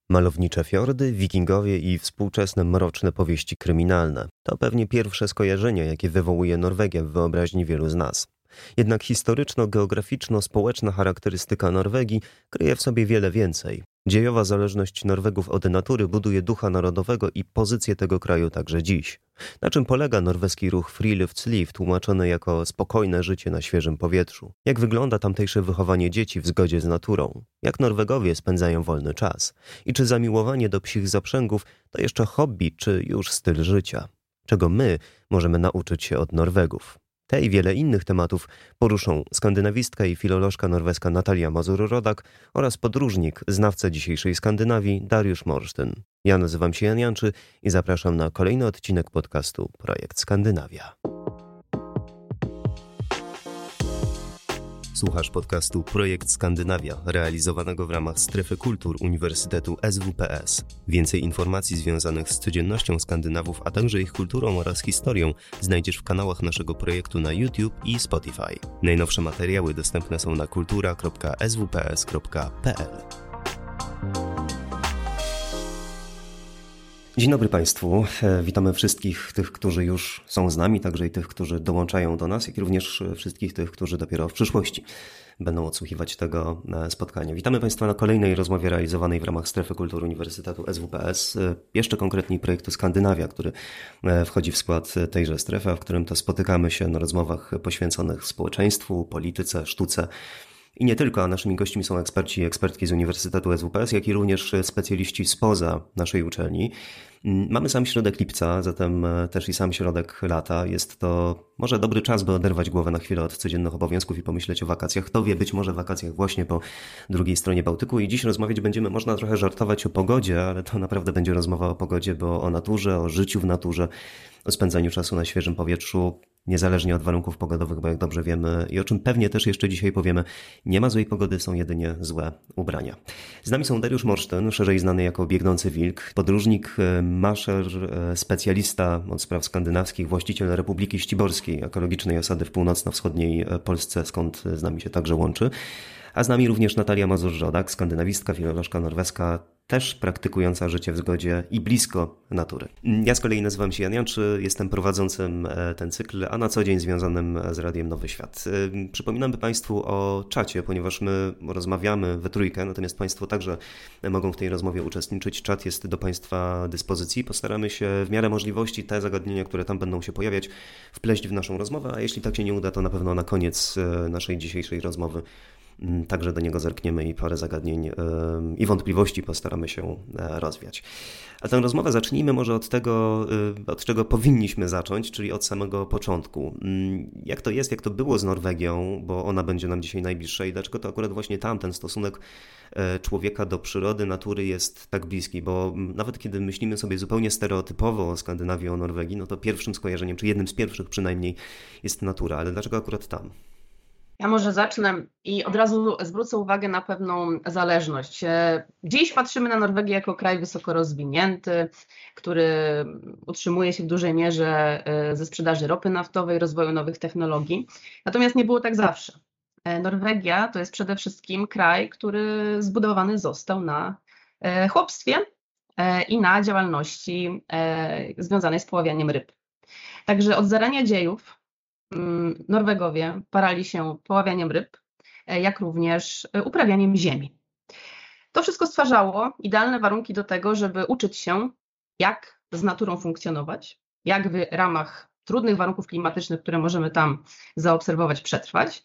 Malownicze fiordy, wikingowie i współczesne mroczne powieści kryminalne. To pewnie pierwsze skojarzenia, jakie wywołuje Norwegia w wyobraźni wielu z nas. Jednak historyczno-geograficzno-społeczna charakterystyka Norwegii kryje w sobie wiele więcej. Dziejowa zależność Norwegów od natury buduje ducha narodowego i pozycję tego kraju także dziś. Na czym polega norweski ruch Friluftsliv, tłumaczony jako spokojne życie na świeżym powietrzu? Jak wygląda tamtejsze wychowanie dzieci w zgodzie z naturą? Jak Norwegowie spędzają wolny czas? I czy zamiłowanie do psich zaprzęgów to jeszcze hobby, czy już styl życia? Czego my możemy nauczyć się od Norwegów? Te i wiele innych tematów poruszą skandynawistka i filolożka norweska Natalia Mazur-Rodak oraz podróżnik, znawca dzisiejszej Skandynawii Dariusz Morsztyn. Ja nazywam się Jan Janczy i zapraszam na kolejny odcinek podcastu Projekt Skandynawia. Słuchasz podcastu Projekt Skandynawia, realizowanego w ramach Strefy Kultur Uniwersytetu SWPS. Więcej informacji związanych z codziennością Skandynawów, a także ich kulturą oraz historią znajdziesz w kanałach naszego projektu na YouTube i Spotify. Najnowsze materiały dostępne są na kultura.swps.pl. Dzień dobry Państwu. Witamy wszystkich tych, którzy już są z nami, także i tych, którzy dołączają do nas, jak i również wszystkich tych, którzy dopiero w przyszłości będą odsłuchiwać tego spotkania. Witamy Państwa na kolejnej rozmowie realizowanej w ramach Strefy Kultur Uniwersytetu SWPS, jeszcze konkretniej projektu Skandynawia, który wchodzi w skład tejże strefy, a w którym to spotykamy się na rozmowach poświęconych społeczeństwu, polityce, sztuce. I nie tylko, a naszymi gośćmi są eksperci i ekspertki z Uniwersytetu SWPS, jak i również specjaliści spoza naszej uczelni. Mamy sam środek lipca, zatem też i sam środek lata. Jest to może dobry czas, by oderwać głowę na chwilę od codziennych obowiązków i pomyśleć o wakacjach. Kto wie, być może wakacjach właśnie po drugiej stronie Bałtyku. I dziś rozmawiać będziemy, można trochę żartować o pogodzie, ale to naprawdę będzie rozmowa o pogodzie, bo o naturze, o życiu w naturze, o spędzaniu czasu na świeżym powietrzu, niezależnie od warunków pogodowych, bo jak dobrze wiemy i o czym pewnie też jeszcze dzisiaj powiemy, nie ma złej pogody, są jedynie złe ubrania. Z nami są Dariusz Morsztyn, szerzej znany jako Biegnący Wilk, podróżnik, maszerz, specjalista od spraw skandynawskich, właściciel Republiki Ściborskiej, ekologicznej osady w północno-wschodniej Polsce, skąd z nami się także łączy. A z nami również Natalia Mazur-Rodak, skandynawistka, filolożka norweska, też praktykująca życie w zgodzie i blisko natury. Ja z kolei nazywam się Jan Janczy, jestem prowadzącym ten cykl, a na co dzień związanym z Radiem Nowy Świat. Przypominamy Państwu o czacie, ponieważ my rozmawiamy we trójkę, natomiast Państwo także mogą w tej rozmowie uczestniczyć. Czat jest do Państwa dyspozycji. Postaramy się w miarę możliwości te zagadnienia, które tam będą się pojawiać, wpleść w naszą rozmowę, a jeśli tak się nie uda, to na pewno na koniec naszej dzisiejszej rozmowy także do niego zerkniemy i parę zagadnień i wątpliwości postaramy się rozwiać. A tę rozmowę zacznijmy może od tego, od czego powinniśmy zacząć, czyli od samego początku. Jak to jest, jak to było z Norwegią, bo ona będzie nam dzisiaj najbliższa i dlaczego to akurat właśnie tam ten stosunek człowieka do przyrody, natury jest tak bliski, bo nawet kiedy myślimy sobie zupełnie stereotypowo o Skandynawii, o Norwegii, no to pierwszym skojarzeniem, czy jednym z pierwszych przynajmniej jest natura, ale dlaczego akurat tam? Ja może zacznę i od razu zwrócę uwagę na pewną zależność. Dziś patrzymy na Norwegię jako kraj wysoko rozwinięty, który utrzymuje się w dużej mierze ze sprzedaży ropy naftowej, rozwoju nowych technologii. Natomiast nie było tak zawsze. Norwegia to jest przede wszystkim kraj, który zbudowany został na chłopstwie i na działalności związanej z poławianiem ryb. Także od zarania dziejów Norwegowie parali się poławianiem ryb, jak również uprawianiem ziemi. To wszystko stwarzało idealne warunki do tego, żeby uczyć się, jak z naturą funkcjonować, jak w ramach trudnych warunków klimatycznych, które możemy tam zaobserwować, przetrwać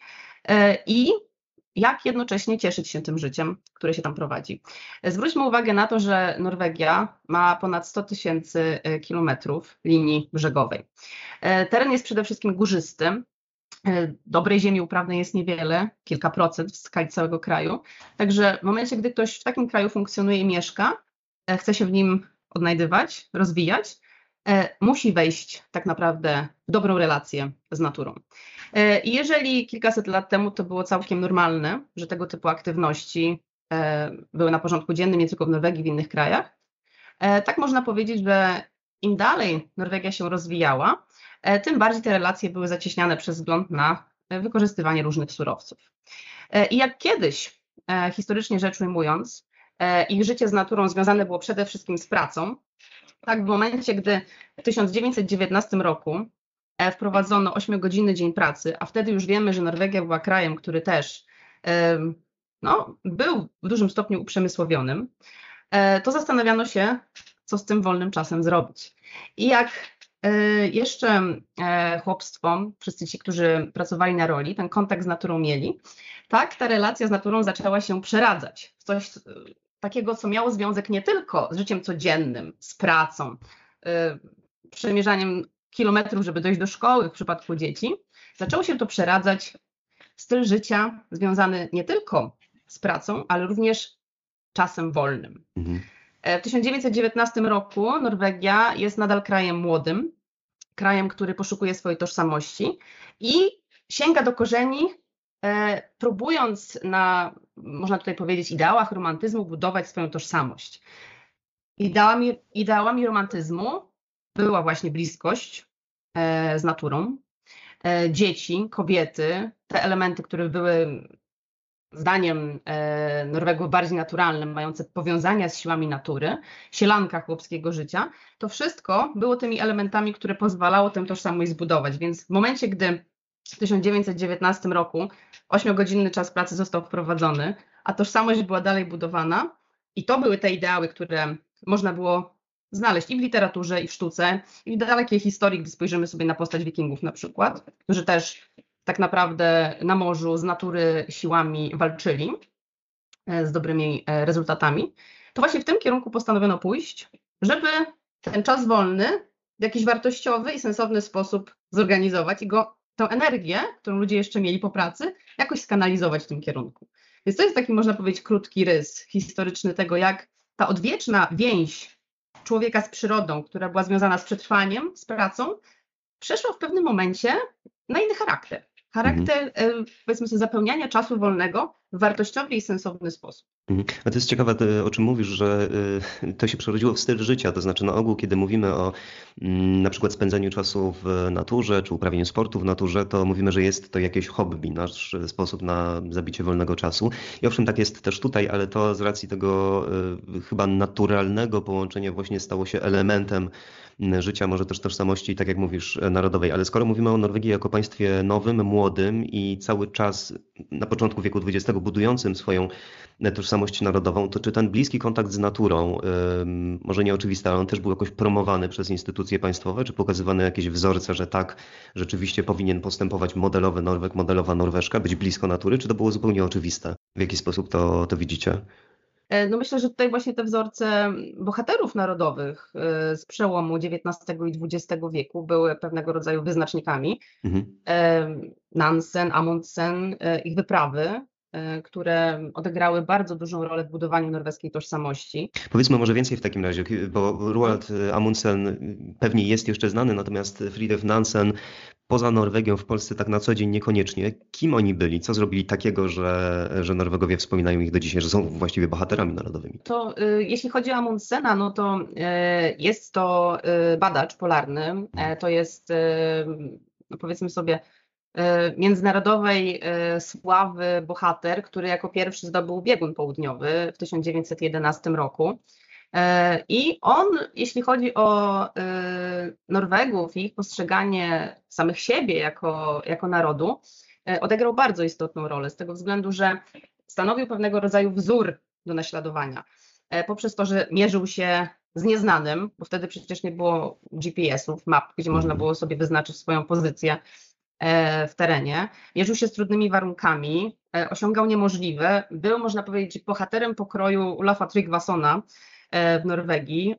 i jak jednocześnie cieszyć się tym życiem, które się tam prowadzi. Zwróćmy uwagę na to, że Norwegia ma ponad 100 000 kilometrów linii brzegowej. Teren jest przede wszystkim górzysty. Dobrej ziemi uprawnej jest niewiele, kilka procent w skali całego kraju. Także w momencie, gdy ktoś w takim kraju funkcjonuje i mieszka, chce się w nim odnajdywać, rozwijać, musi wejść tak naprawdę w dobrą relację z naturą. I jeżeli kilkaset lat temu to było całkiem normalne, że tego typu aktywności były na porządku dziennym nie tylko w Norwegii, w innych krajach, tak można powiedzieć, że im dalej Norwegia się rozwijała, tym bardziej te relacje były zacieśniane przez wzgląd na wykorzystywanie różnych surowców. I jak kiedyś, historycznie rzecz ujmując, ich życie z naturą związane było przede wszystkim z pracą. Tak, w momencie, gdy w 1919 roku wprowadzono 8-godzinny dzień pracy, a wtedy już wiemy, że Norwegia była krajem, który też no, był w dużym stopniu uprzemysłowionym, to zastanawiano się, co z tym wolnym czasem zrobić. I jak jeszcze chłopstwo, wszyscy ci, którzy pracowali na roli, ten kontakt z naturą mieli, tak ta relacja z naturą zaczęła się przeradzać w coś takiego, co miało związek nie tylko z życiem codziennym, z pracą, przemierzaniem kilometrów, żeby dojść do szkoły w przypadku dzieci. Zaczęło się to przeradzać w styl życia związany nie tylko z pracą, ale również czasem wolnym. W 1919 roku Norwegia jest nadal krajem młodym, krajem, który poszukuje swojej tożsamości i sięga do korzeni, próbując na, można tutaj powiedzieć, ideałach romantyzmu budować swoją tożsamość. Ideałami romantyzmu była właśnie bliskość z naturą, dzieci, kobiety, te elementy, które były zdaniem Norwegów bardziej naturalnym, mające powiązania z siłami natury, sielanka chłopskiego życia, to wszystko było tymi elementami, które pozwalało tę tożsamość zbudować. Więc w momencie, gdy w 1919 roku 8-godzinny czas pracy został wprowadzony, a tożsamość była dalej budowana i to były te ideały, które można było znaleźć i w literaturze, i w sztuce, i w dalekiej historii, gdy spojrzymy sobie na postać Wikingów na przykład, którzy też tak naprawdę na morzu z natury siłami walczyli z dobrymi rezultatami, to właśnie w tym kierunku postanowiono pójść, żeby ten czas wolny w jakiś wartościowy i sensowny sposób zorganizować i tę energię, którą ludzie jeszcze mieli po pracy, jakoś skanalizować w tym kierunku. Więc to jest taki, można powiedzieć, krótki rys historyczny tego, jak ta odwieczna więź człowieka z przyrodą, która była związana z przetrwaniem, z pracą, przeszła w pewnym momencie na inny charakter. Charakter, powiedzmy sobie, zapełniania czasu wolnego w wartościowy i sensowny sposób. A to jest ciekawe, o czym mówisz, że to się przerodziło w styl życia, to znaczy na ogół, kiedy mówimy o na przykład spędzaniu czasu w naturze, czy uprawianiu sportu w naturze, to mówimy, że jest to jakieś hobby, nasz sposób na zabicie wolnego czasu. I owszem, tak jest też tutaj, ale to z racji tego chyba naturalnego połączenia właśnie stało się elementem życia, może też tożsamości, tak jak mówisz, narodowej. Ale skoro mówimy o Norwegii jako państwie nowym, młodym i cały czas na początku wieku XX budującym swoją tożsamość narodową, to czy ten bliski kontakt z naturą, może nieoczywisty, ale on też był jakoś promowany przez instytucje państwowe, czy pokazywane jakieś wzorce, że tak, rzeczywiście powinien postępować modelowy Norweg, modelowa Norweszka, być blisko natury, czy to było zupełnie oczywiste? W jaki sposób to widzicie? No myślę, że tutaj właśnie te wzorce bohaterów narodowych z przełomu XIX i XX wieku były pewnego rodzaju wyznacznikami. Nansen, Amundsen, ich wyprawy, które odegrały bardzo dużą rolę w budowaniu norweskiej tożsamości. Powiedzmy może więcej w takim razie, bo Roald Amundsen pewnie jest jeszcze znany, natomiast Fridtjof Nansen poza Norwegią w Polsce tak na co dzień niekoniecznie. Kim oni byli? Co zrobili takiego, że Norwegowie wspominają ich do dzisiaj, że są właściwie bohaterami narodowymi? To jeśli chodzi o Amundsena, no to jest to badacz polarny, to jest no powiedzmy sobie międzynarodowej sławy bohater, który jako pierwszy zdobył biegun południowy w 1911 roku. I on, jeśli chodzi o Norwegów i ich postrzeganie samych siebie jako narodu, odegrał bardzo istotną rolę z tego względu, że stanowił pewnego rodzaju wzór do naśladowania. Poprzez to, że mierzył się z nieznanym, bo wtedy przecież nie było GPS-ów, map, gdzie można było sobie wyznaczyć swoją pozycję w terenie, mierzył się z trudnymi warunkami, osiągał niemożliwe, był, można powiedzieć, bohaterem pokroju Olafa Tryggvasona w Norwegii,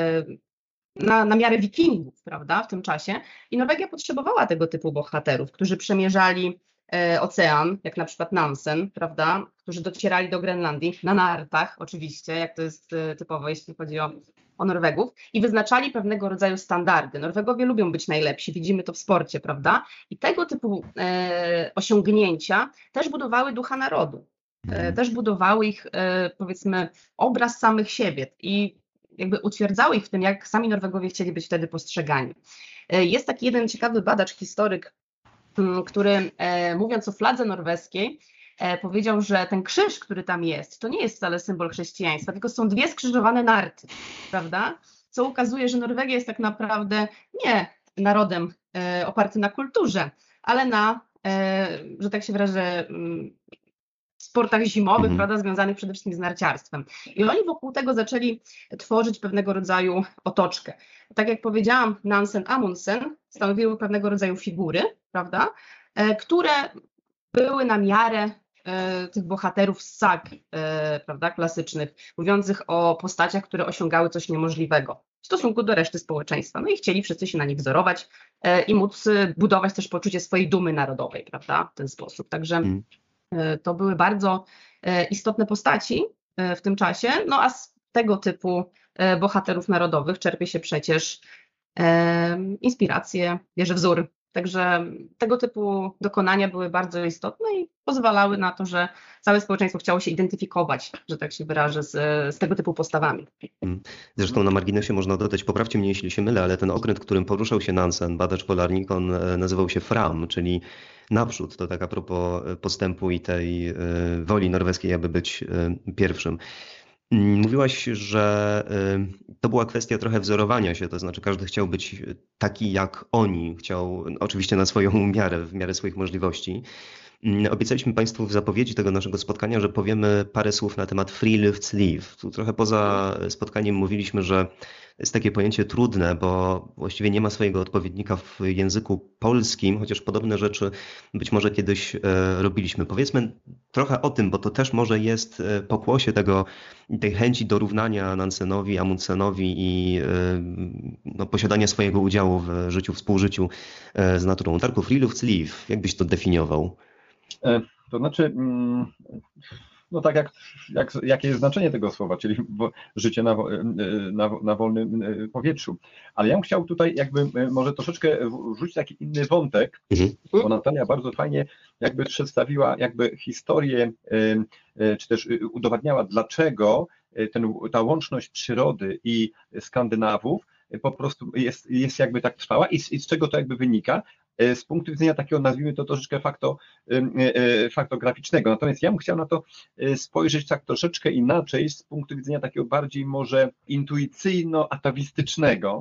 na miarę Wikingów, prawda, w tym czasie. I Norwegia potrzebowała tego typu bohaterów, którzy przemierzali ocean, jak na przykład Nansen, prawda, którzy docierali do Grenlandii na nartach, oczywiście, jak to jest typowe, jeśli chodzi o Norwegów, i wyznaczali pewnego rodzaju standardy. Norwegowie lubią być najlepsi, widzimy to w sporcie, prawda? I tego typu osiągnięcia też budowały ducha narodu, też budowały ich, powiedzmy, obraz samych siebie i jakby utwierdzały ich w tym, jak sami Norwegowie chcieli być wtedy postrzegani. Jest taki jeden ciekawy badacz, historyk, który mówiąc o fladze norweskiej, powiedział, że ten krzyż, który tam jest, to nie jest wcale symbol chrześcijaństwa, tylko są dwie skrzyżowane narty, prawda? Co ukazuje, że Norwegia jest tak naprawdę nie narodem opartym na kulturze, ale na, że tak się wyrażę, sportach zimowych, prawda, związanych przede wszystkim z narciarstwem. I oni wokół tego zaczęli tworzyć pewnego rodzaju otoczkę. Tak jak powiedziałam, Nansen Amundsen stanowiły pewnego rodzaju figury, prawda, które były na miarę tych bohaterów z sag, prawda, klasycznych, mówiących o postaciach, które osiągały coś niemożliwego w stosunku do reszty społeczeństwa. No i chcieli wszyscy się na nich wzorować i móc budować też poczucie swojej dumy narodowej, prawda, w ten sposób. Także to były bardzo istotne postaci w tym czasie, no a z tego typu bohaterów narodowych czerpie się przecież inspirację, bierze wzór. Także tego typu dokonania były bardzo istotne i pozwalały na to, że całe społeczeństwo chciało się identyfikować, że tak się wyrażę, z tego typu postawami. Zresztą na marginesie można dodać, poprawcie mnie jeśli się mylę, ale ten okręt, którym poruszał się Nansen, badacz polarnik, on nazywał się Fram, czyli naprzód. To tak a propos postępu i tej woli norweskiej, aby być pierwszym. Mówiłaś, że to była kwestia trochę wzorowania się, to znaczy każdy chciał być taki jak oni, chciał oczywiście na swoją miarę, w miarę swoich możliwości. Obiecaliśmy Państwu w zapowiedzi tego naszego spotkania, że powiemy parę słów na temat free live live. Tu trochę poza spotkaniem mówiliśmy, że jest takie pojęcie trudne, bo właściwie nie ma swojego odpowiednika w języku polskim, chociaż podobne rzeczy być może kiedyś robiliśmy. Powiedzmy trochę o tym, bo to też może jest pokłosie tej chęci dorównania Nansenowi, Amundsenowi i posiadania swojego udziału w życiu, współżyciu z naturą. Darku, free live, jak byś to definiował? To znaczy, no tak jakie jest znaczenie tego słowa, czyli życie na wolnym powietrzu. Ale ja bym chciał tutaj jakby może troszeczkę wrzucić taki inny wątek, bo Natalia bardzo fajnie jakby przedstawiła jakby historię, czy też udowadniała, dlaczego ta łączność przyrody i Skandynawów po prostu jest jakby tak trwała i z czego to jakby wynika. Z punktu widzenia takiego, nazwijmy to troszeczkę faktograficznego. Natomiast ja bym chciał na to spojrzeć tak troszeczkę inaczej, z punktu widzenia takiego bardziej może intuicyjno-atawistycznego.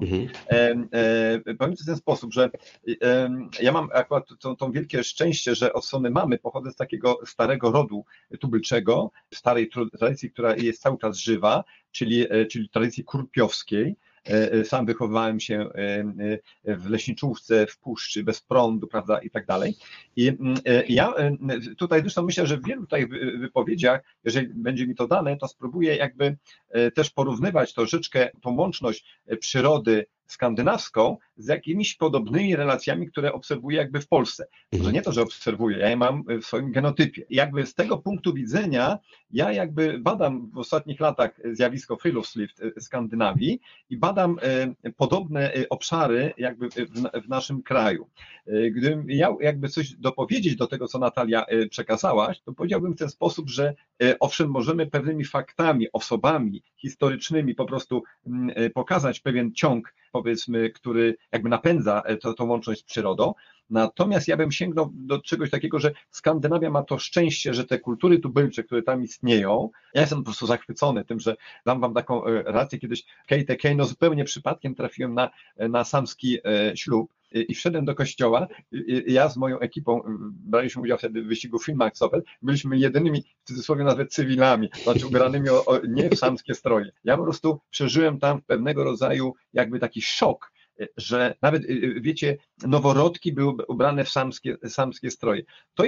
Powiem to w ten sposób, że ja mam akurat to wielkie szczęście, że od strony mamy pochodzę z takiego starego rodu tubylczego, starej tradycji, która jest cały czas żywa, czyli tradycji kurpiowskiej. Sam wychowywałem się w leśniczówce, w puszczy, bez prądu, prawda, i tak dalej. I ja tutaj zresztą myślę, że w wielu tutaj wypowiedziach, jeżeli będzie mi to dane, to spróbuję jakby też porównywać troszeczkę tą łączność przyrody skandynawską z jakimiś podobnymi relacjami, które obserwuję jakby w Polsce. Może nie to, że obserwuję, ja je mam w swoim genotypie. Jakby z tego punktu widzenia ja jakby badam w ostatnich latach zjawisko friluftsliv w Skandynawii i badam podobne obszary jakby w naszym kraju. Gdybym miał jakby coś dopowiedzieć do tego, co Natalia przekazałaś, to powiedziałbym w ten sposób, że owszem, możemy pewnymi faktami, osobami historycznymi po prostu pokazać pewien ciąg, powiedzmy, który jakby napędza tą łączność z przyrodą. Natomiast ja bym sięgnął do czegoś takiego, że Skandynawia ma to szczęście, że te kultury tubylcze, które tam istnieją, ja jestem po prostu zachwycony tym, że dam wam taką rację, kiedyś Keino zupełnie przypadkiem trafiłem na samski ślub i wszedłem do kościoła, ja z moją ekipą, braliśmy udział wtedy w wyścigu Finnmark Sopel, byliśmy jedynymi, w cudzysłowie nawet cywilami, znaczy ubranymi nie w samskie stroje. Ja po prostu przeżyłem tam pewnego rodzaju jakby taki szok, że nawet, wiecie, noworodki były ubrane w samskie stroje.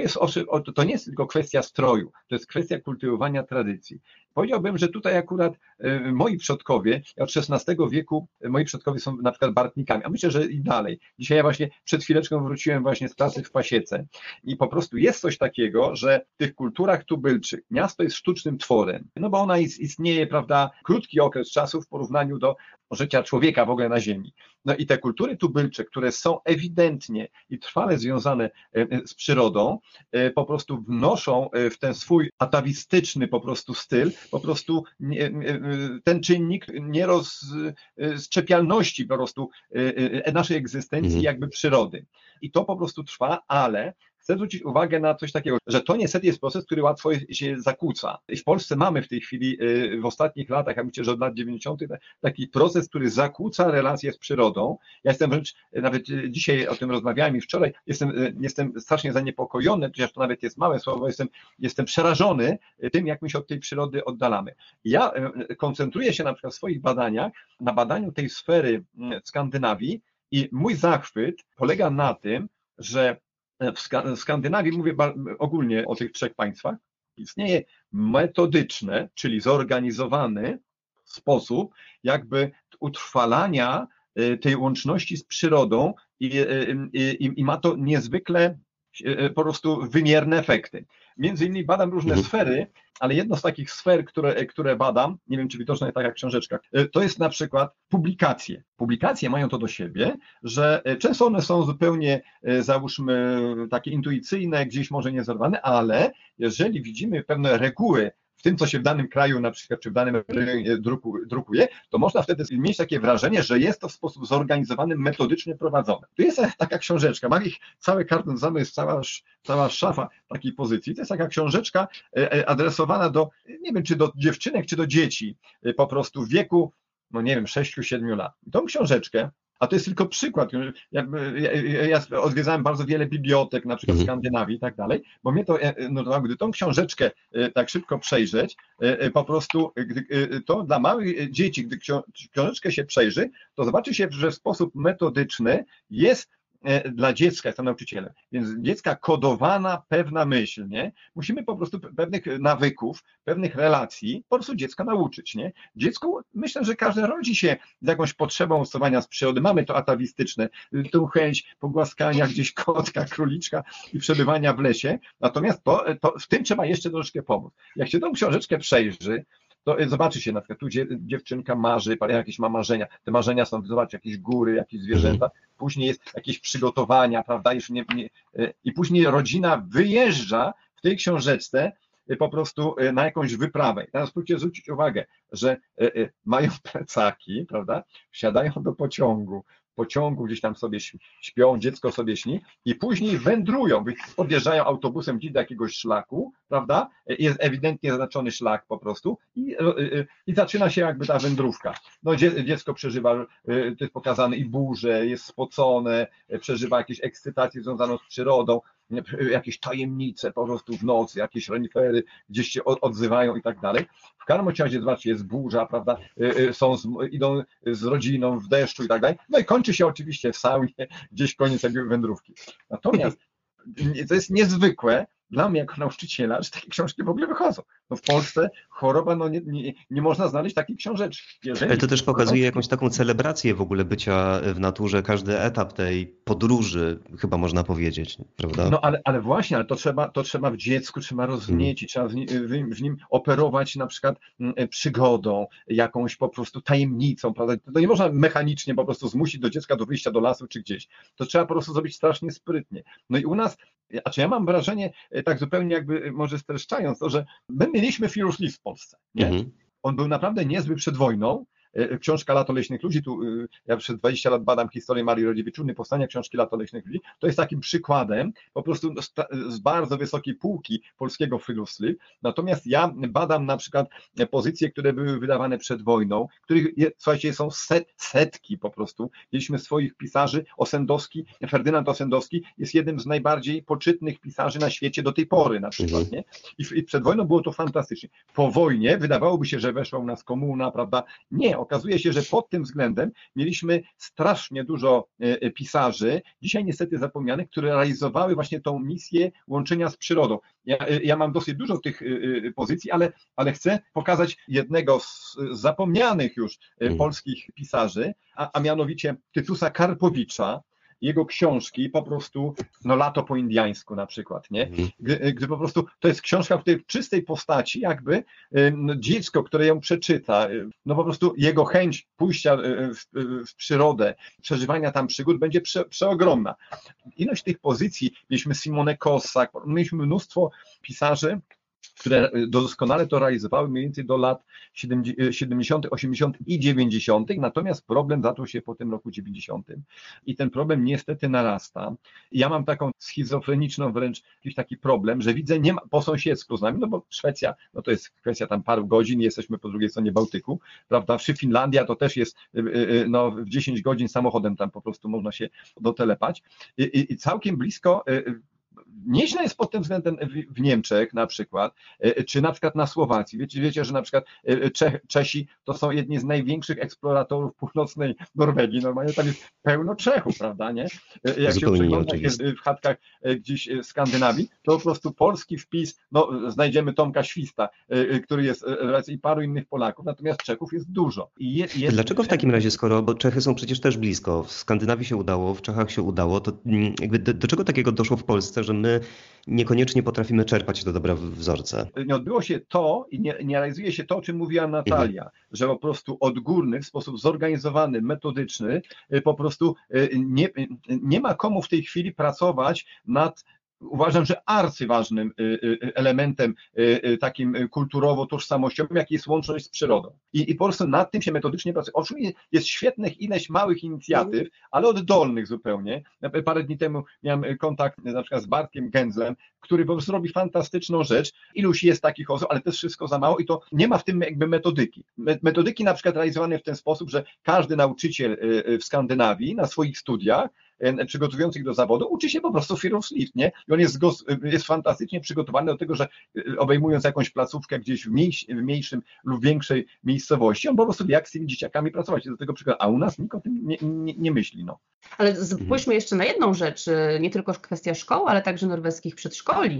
To nie jest tylko kwestia stroju, to jest kwestia kultywowania tradycji. Powiedziałbym, że tutaj akurat moi przodkowie, od XVI wieku moi przodkowie są na przykład bartnikami, a myślę, że i dalej. Dzisiaj ja właśnie przed chwileczką wróciłem właśnie z pracy w Pasiece i po prostu jest coś takiego, że w tych kulturach tubylczych miasto jest sztucznym tworem, no bo ona istnieje, prawda, krótki okres czasu w porównaniu do życia człowieka w ogóle na ziemi. No i te kultury tubylcze, które są ewidentnie i trwale związane z przyrodą, po prostu wnoszą w ten swój atawistyczny po prostu styl, po prostu ten czynnik nierozszczepialności po prostu naszej egzystencji jakby przyrody. I to po prostu trwa, ale chcę zwrócić uwagę na coś takiego, że to niestety jest proces, który łatwo się zakłóca. I w Polsce mamy w tej chwili, w ostatnich latach, ja myślę, że od lat 90. taki proces, który zakłóca relacje z przyrodą. Ja jestem wręcz, nawet dzisiaj o tym rozmawiałem i wczoraj, jestem strasznie zaniepokojony, chociaż to nawet jest małe słowo, jestem przerażony tym, jak my się od tej przyrody oddalamy. Ja koncentruję się na przykład w swoich badaniach na badaniu tej sfery Skandynawii i mój zachwyt polega na tym, że w Skandynawii, mówię ogólnie o tych 3 państwach, istnieje metodyczny, czyli zorganizowany sposób jakby utrwalania tej łączności z przyrodą i ma to niezwykle po prostu wymierne efekty. Między innymi badam różne sfery, ale jedno z takich sfer, które badam, nie wiem czy widoczne tak jak w książeczkach, to jest na przykład publikacje. Publikacje mają to do siebie, że często one są zupełnie, załóżmy, takie intuicyjne, gdzieś może niezerwane, ale jeżeli widzimy pewne reguły w tym, co się w danym kraju na przykład, czy w danym rejonie drukuje, to można wtedy mieć takie wrażenie, że jest to w sposób zorganizowany, metodycznie prowadzone. Tu jest taka książeczka, mam ich cały karton zamysł, cała szafa takiej pozycji. To jest taka książeczka adresowana do, nie wiem, czy do dziewczynek, czy do dzieci, po prostu w wieku, no nie wiem, 6-7 lat. I tą książeczkę, a to jest tylko przykład. Ja odwiedzałem bardzo wiele bibliotek, na przykład w Skandynawii i tak dalej, bo mnie to, no, gdy tą książeczkę tak szybko przejrzeć, po prostu to dla małych dzieci, gdy książeczkę się przejrzy, to zobaczy się, że w sposób metodyczny jest dla dziecka, jestem nauczycielem, więc dziecka kodowana pewna myśl, nie? Musimy po prostu pewnych nawyków, pewnych relacji po prostu dziecka nauczyć, nie? Dziecku, myślę, że każdy rodzi się z jakąś potrzebą obcowania z przyrody, mamy to atawistyczne, tą chęć pogłaskania gdzieś kotka, króliczka i przebywania w lesie, natomiast to w tym trzeba jeszcze troszeczkę pomóc. Jak się tą książeczkę przejrzy, to zobaczy się na przykład, tu dziewczynka marzy, jakieś ma marzenia, te marzenia są, zobacz, jakieś góry, jakieś zwierzęta, później jest jakieś przygotowania, prawda, i później rodzina wyjeżdża w tej książeczce po prostu na jakąś wyprawę. I teraz spróbujcie zwrócić uwagę, że mają plecaki, prawda, wsiadają do pociągu gdzieś tam sobie śpią, dziecko sobie śni i później wędrują, podjeżdżają autobusem gdzieś do jakiegoś szlaku, prawda, jest ewidentnie zaznaczony szlak po prostu i zaczyna się jakby ta wędrówka. No dziecko przeżywa, to jest pokazane i burzę, jest spocone, przeżywa jakieś ekscytacje związaną z przyrodą, jakieś tajemnice po prostu w nocy, jakieś renifery gdzieś się odzywają i tak dalej. W każdym razie, zobaczcie, jest burza, prawda, idą z rodziną w deszczu i tak dalej. No i kończy się oczywiście w saunie, gdzieś koniec jakby wędrówki. Natomiast to jest niezwykłe dla mnie jako nauczyciela, że takie książki w ogóle wychodzą. No w Polsce choroba, no nie można znaleźć takiej książeczki. Ale to też pokazuje jakąś taką celebrację w ogóle bycia w naturze, każdy etap tej podróży, chyba można powiedzieć, prawda? No ale właśnie, ale to trzeba w dziecku, trzeba rozniecić, trzeba w nim operować na przykład przygodą, jakąś po prostu tajemnicą, prawda? To nie można mechanicznie po prostu zmusić do dziecka do wyjścia do lasu czy gdzieś. To trzeba po prostu zrobić strasznie sprytnie. No i u nas, ja mam wrażenie, tak zupełnie jakby może streszczając to, że my mieliśmy Fear of Leaf w Polsce. Nie? On był naprawdę niezły przed wojną. Książka Lato Leśnych Ludzi, tu ja przez 20 lat badam historię Marii Rodziewiczuny, powstania książki Lato Leśnych Ludzi, to jest takim przykładem po prostu z bardzo wysokiej półki polskiego Fear of Leaf. Natomiast ja badam na przykład pozycje, które były wydawane przed wojną, których, słuchajcie, są setki po prostu. Mieliśmy swoich pisarzy, Ferdynand Ossendowski jest jednym z najbardziej poczytnych pisarzy na świecie do tej pory na przykład, nie? I przed wojną było to fantastycznie. Po wojnie wydawałoby się, że weszła u nas komuna, prawda? Nie, okazuje się, że pod tym względem mieliśmy strasznie dużo pisarzy, dzisiaj niestety zapomnianych, które realizowały właśnie tą misję łączenia z przyrodą. Ja mam dosyć dużo tych pozycji, ale chcę pokazać jednego z zapomnianych już polskich pisarzy, a mianowicie Tytusa Karpowicza, jego książki po prostu, no Lato po indiańsku na przykład, nie? Gdy po prostu, to jest książka w tej czystej postaci jakby, no, dziecko, które ją przeczyta, no po prostu jego chęć pójścia w przyrodę, przeżywania tam przygód będzie przeogromna. Ilość tych pozycji, mieliśmy Simonę Kossak, mieliśmy mnóstwo pisarzy, które doskonale to realizowały mniej więcej do lat 70., 80. i 90. Natomiast problem zaczął się po tym roku 90. I ten problem niestety narasta. Ja mam taką schizofreniczną wręcz jakiś taki problem, że widzę nie ma, po sąsiedzku z nami, no bo Szwecja, no to jest kwestia tam paru godzin, jesteśmy po drugiej stronie Bałtyku, prawda? Finlandia to też jest no, w 10 godzin samochodem tam po prostu można się dotelepać i całkiem blisko. Nieźle jest pod tym względem w Niemczech na przykład, czy na przykład na Słowacji. Wiecie, że na przykład Czesi to są jedni z największych eksploratorów północnej Norwegii. Normalnie tam jest pełno Czechów, prawda, nie? Jak Zupełnie się przegląda w chatkach gdzieś w Skandynawii, to po prostu polski wpis, no znajdziemy Tomka Śwista, który jest i paru innych Polaków, natomiast Czechów jest dużo. Dlaczego w takim razie, bo Czechy są przecież też blisko, w Skandynawii się udało, w Czechach się udało, to jakby do czego takiego doszło w Polsce, że my niekoniecznie potrafimy czerpać te dobre wzorce? Nie odbyło się to i nie realizuje się to, o czym mówiła Natalia, że po prostu odgórny, w sposób zorganizowany, metodyczny, po prostu nie ma komu w tej chwili pracować nad. Uważam, że arcyważnym elementem takim kulturowo-tożsamościowym, jaki jest łączność z przyrodą. I po prostu nad tym się metodycznie pracuje. Oczywiście jest świetnych ileś małych inicjatyw, ale oddolnych zupełnie. Parę dni temu miałem kontakt na przykład z Bartkiem Gędzlem, który po prostu robi fantastyczną rzecz. Iluś jest takich osób, ale też wszystko za mało i to nie ma w tym jakby metodyki. Metodyki na przykład realizowane w ten sposób, że każdy nauczyciel w Skandynawii na swoich studiach przygotowujących do zawodu, uczy się po prostu First Lift, nie? I on jest fantastycznie przygotowany do tego, że obejmując jakąś placówkę gdzieś w mniejszym lub większej miejscowości, on po prostu wie, jak z tymi dzieciakami pracować. Do tego przykładu, a u nas nikt o tym nie myśli. No. Ale spójrzmy jeszcze na jedną rzecz, nie tylko kwestia szkoły, ale także norweskich przedszkoli.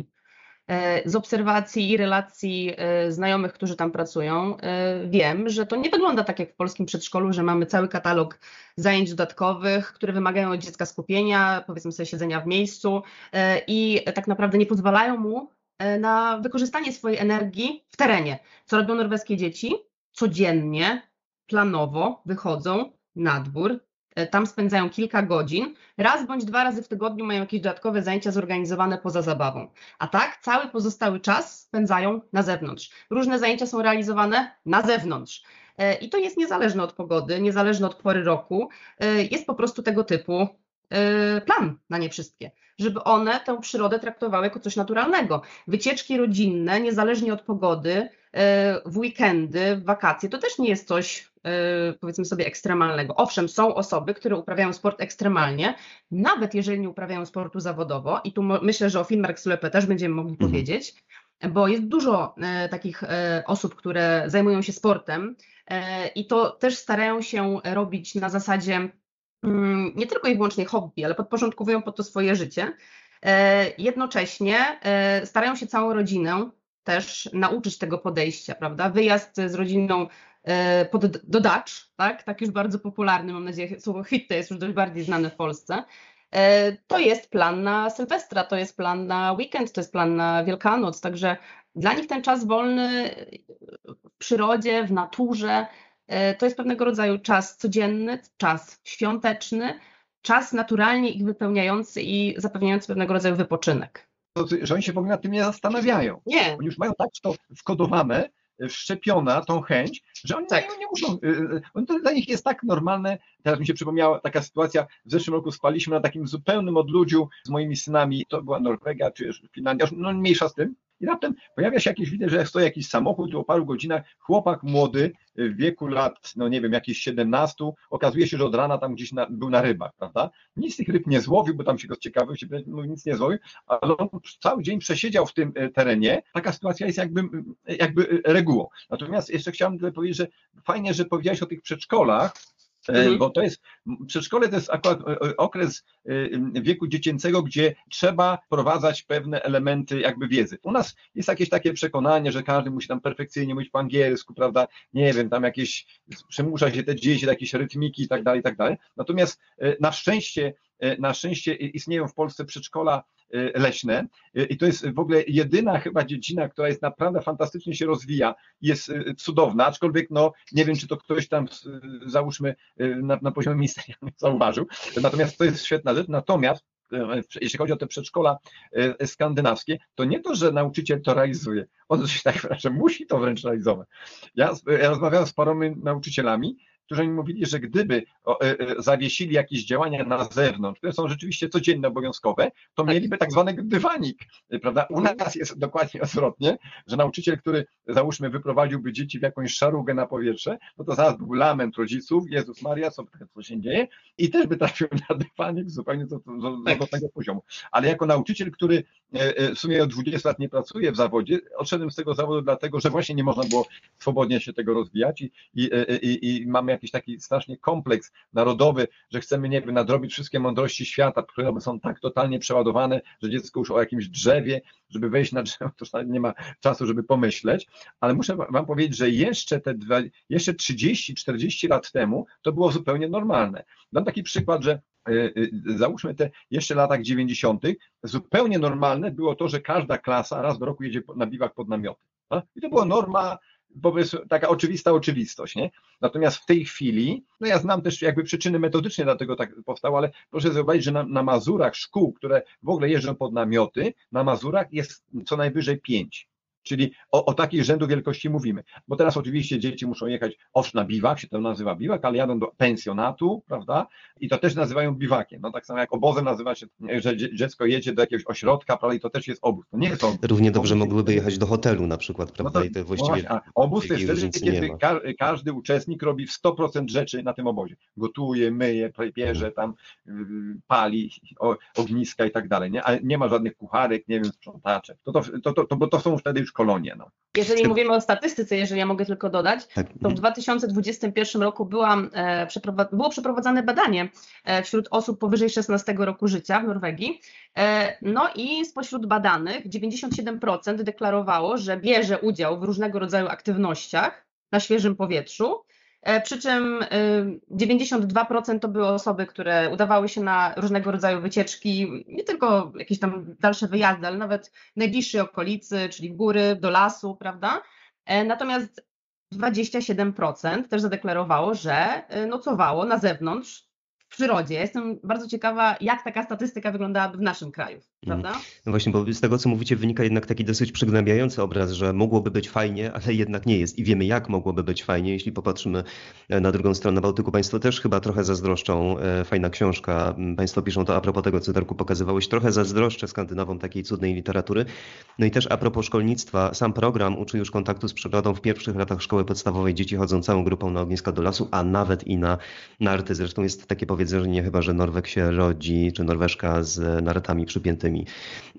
Z obserwacji i relacji znajomych, którzy tam pracują, wiem, że to nie wygląda tak jak w polskim przedszkolu, że mamy cały katalog zajęć dodatkowych, które wymagają od dziecka skupienia, powiedzmy sobie siedzenia w miejscu i tak naprawdę nie pozwalają mu na wykorzystanie swojej energii w terenie. Co robią norweskie dzieci? Codziennie, planowo wychodzą na dwór, tam spędzają kilka godzin, raz bądź 2 razy w tygodniu mają jakieś dodatkowe zajęcia zorganizowane poza zabawą. A tak cały pozostały czas spędzają na zewnątrz. Różne zajęcia są realizowane na zewnątrz. I to jest niezależne od pogody, niezależne od pory roku. Jest po prostu tego typu plan na nie wszystkie, żeby one tę przyrodę traktowały jako coś naturalnego. Wycieczki rodzinne, niezależnie od pogody, w weekendy, w wakacje, to też nie jest coś, powiedzmy sobie, ekstremalnego. Owszem, są osoby, które uprawiają sport ekstremalnie, nawet jeżeli nie uprawiają sportu zawodowo i tu myślę, że o Finnmarksloppet też będziemy mogli powiedzieć, bo jest dużo takich osób, które zajmują się sportem i to też starają się robić na zasadzie nie tylko i wyłącznie hobby, ale podporządkowują pod to swoje życie. Jednocześnie starają się całą rodzinę też nauczyć tego podejścia, prawda? Wyjazd z rodziną do Dutch, tak już bardzo popularny, mam nadzieję, słowo hit jest już dość bardziej znane w Polsce. To jest plan na Sylwestra, to jest plan na weekend, to jest plan na Wielkanoc, także dla nich ten czas wolny w przyrodzie, w naturze, to jest pewnego rodzaju czas codzienny, czas świąteczny, czas naturalnie ich wypełniający i zapewniający pewnego rodzaju wypoczynek. Że oni się w ogóle nad tym nie zastanawiają. Nie. Oni już mają tak to wkodowane, wszczepiona tą chęć, że oni nie muszą, to dla nich jest tak normalne. Teraz mi się przypomniała taka sytuacja, w zeszłym roku spaliśmy na takim zupełnym odludziu z moimi synami, to była Norwegia czy Finlandia, no mniejsza z tym. I raptem pojawia się jakieś, widzę, że stoi jakiś samochód i po paru godzinach chłopak młody w wieku lat, no nie wiem, jakieś 17, okazuje się, że od rana tam gdzieś był na rybach, prawda? Nic z tych ryb nie złowił, bo tam się go ciekawił, nic nie złowił, ale on cały dzień przesiedział w tym terenie. Taka sytuacja jest jakby regułą. Natomiast jeszcze chciałem tutaj powiedzieć, że fajnie, że powiedziałeś o tych przedszkolach, bo to jest, przedszkole to jest akurat okres wieku dziecięcego, gdzie trzeba wprowadzać pewne elementy jakby wiedzy. U nas jest jakieś takie przekonanie, że każdy musi tam perfekcyjnie mówić po angielsku, prawda, nie wiem, tam jakieś, przymusza się te dzieci do jakiejś rytmiki i tak dalej, i tak dalej. Natomiast na szczęście istnieją w Polsce przedszkola leśne i to jest w ogóle jedyna chyba dziedzina, która jest naprawdę fantastycznie się rozwija, jest cudowna, aczkolwiek no nie wiem, czy to ktoś tam załóżmy na poziomie ministerialnym zauważył, natomiast to jest świetna rzecz, natomiast jeśli chodzi o te przedszkola skandynawskie, to nie to, że nauczyciel to realizuje, on się tak że musi to wręcz realizować. Ja rozmawiałem z paroma nauczycielami, którzy mi mówili, że gdyby zawiesili jakieś działania na zewnątrz, które są rzeczywiście codzienne, obowiązkowe, to mieliby tak zwany dywanik, prawda? U nas jest dokładnie odwrotnie, że nauczyciel, który załóżmy wyprowadziłby dzieci w jakąś szarugę na powietrze, no to zaraz był lament rodziców, Jezus Maria, co się dzieje? I też by trafił na dywanik zupełnie do tego poziomu. Ale jako nauczyciel, który w sumie od 20 lat nie pracuje w zawodzie, odszedłem z tego zawodu dlatego, że właśnie nie można było swobodnie się tego rozwijać i mamy jakiś taki strasznie kompleks narodowy, że chcemy, nie wiem, nadrobić wszystkie mądrości świata, które są tak totalnie przeładowane, że dziecko już o jakimś drzewie, żeby wejść na drzewo, to nie ma czasu, żeby pomyśleć, ale muszę wam powiedzieć, że jeszcze 30-40 lat temu to było zupełnie normalne. Dam taki przykład, że załóżmy te jeszcze latach 90. zupełnie normalne było to, że każda klasa raz do roku jedzie na biwak pod namioty. I to była norma, powiedzmy, taka oczywista oczywistość, nie? Natomiast w tej chwili, no ja znam też jakby przyczyny metodyczne, dlatego tak powstało, ale proszę zobaczyć, że na Mazurach szkół, które w ogóle jeżdżą pod namioty, na Mazurach jest co najwyżej 5. Czyli o takiej rzędu wielkości mówimy. Bo teraz oczywiście dzieci muszą jechać na biwak, się to nazywa biwak, ale jadą do pensjonatu, prawda? I to też nazywają biwakiem. No tak samo jak obozem nazywa się, że dziecko jedzie do jakiegoś ośrodka, prawda? I to też jest obóz. To nie jest obóz. Równie dobrze mogłyby jechać do hotelu na przykład, prawda? No I to właściwie obóz to jest wtedy, kiedy każdy uczestnik robi w 100% rzeczy na tym obozie. Gotuje, myje, bierze tam, pali ogniska i tak dalej. Nie? A nie ma żadnych kucharek, nie wiem, sprzątaczek. Bo to są wtedy już kolonie. No. Jeżeli mówimy o statystyce, jeżeli ja mogę tylko dodać, to w 2021 roku było przeprowadzane badanie wśród osób powyżej 16 roku życia w Norwegii. No i spośród badanych 97% deklarowało, że bierze udział w różnego rodzaju aktywnościach na świeżym powietrzu. Przy czym 92% to były osoby, które udawały się na różnego rodzaju wycieczki, nie tylko jakieś tam dalsze wyjazdy, ale nawet w najbliższej okolicy, czyli w góry, do lasu, prawda? Natomiast 27% też zadeklarowało, że nocowało na zewnątrz, w przyrodzie. Jestem bardzo ciekawa, jak taka statystyka wyglądałaby w naszym kraju, prawda? No właśnie, bo z tego, co mówicie, wynika jednak taki dosyć przygnębiający obraz, że mogłoby być fajnie, ale jednak nie jest. I wiemy, jak mogłoby być fajnie, jeśli popatrzymy na drugą stronę Bałtyku. Państwo też chyba trochę zazdroszczą. Fajna książka. Państwo piszą to a propos tego, co, Darku, pokazywałeś. Trochę zazdroszczę Skandynawom takiej cudnej literatury. No i też a propos szkolnictwa. Sam program uczy już kontaktu z przyrodą. W pierwszych latach szkoły podstawowej dzieci chodzą całą grupą na ogniska do lasu, a nawet i na narty. Zresztą jest takie powiedzenie, chyba że Norweg się rodzi, czy Norweszka z nartami przypiętymi.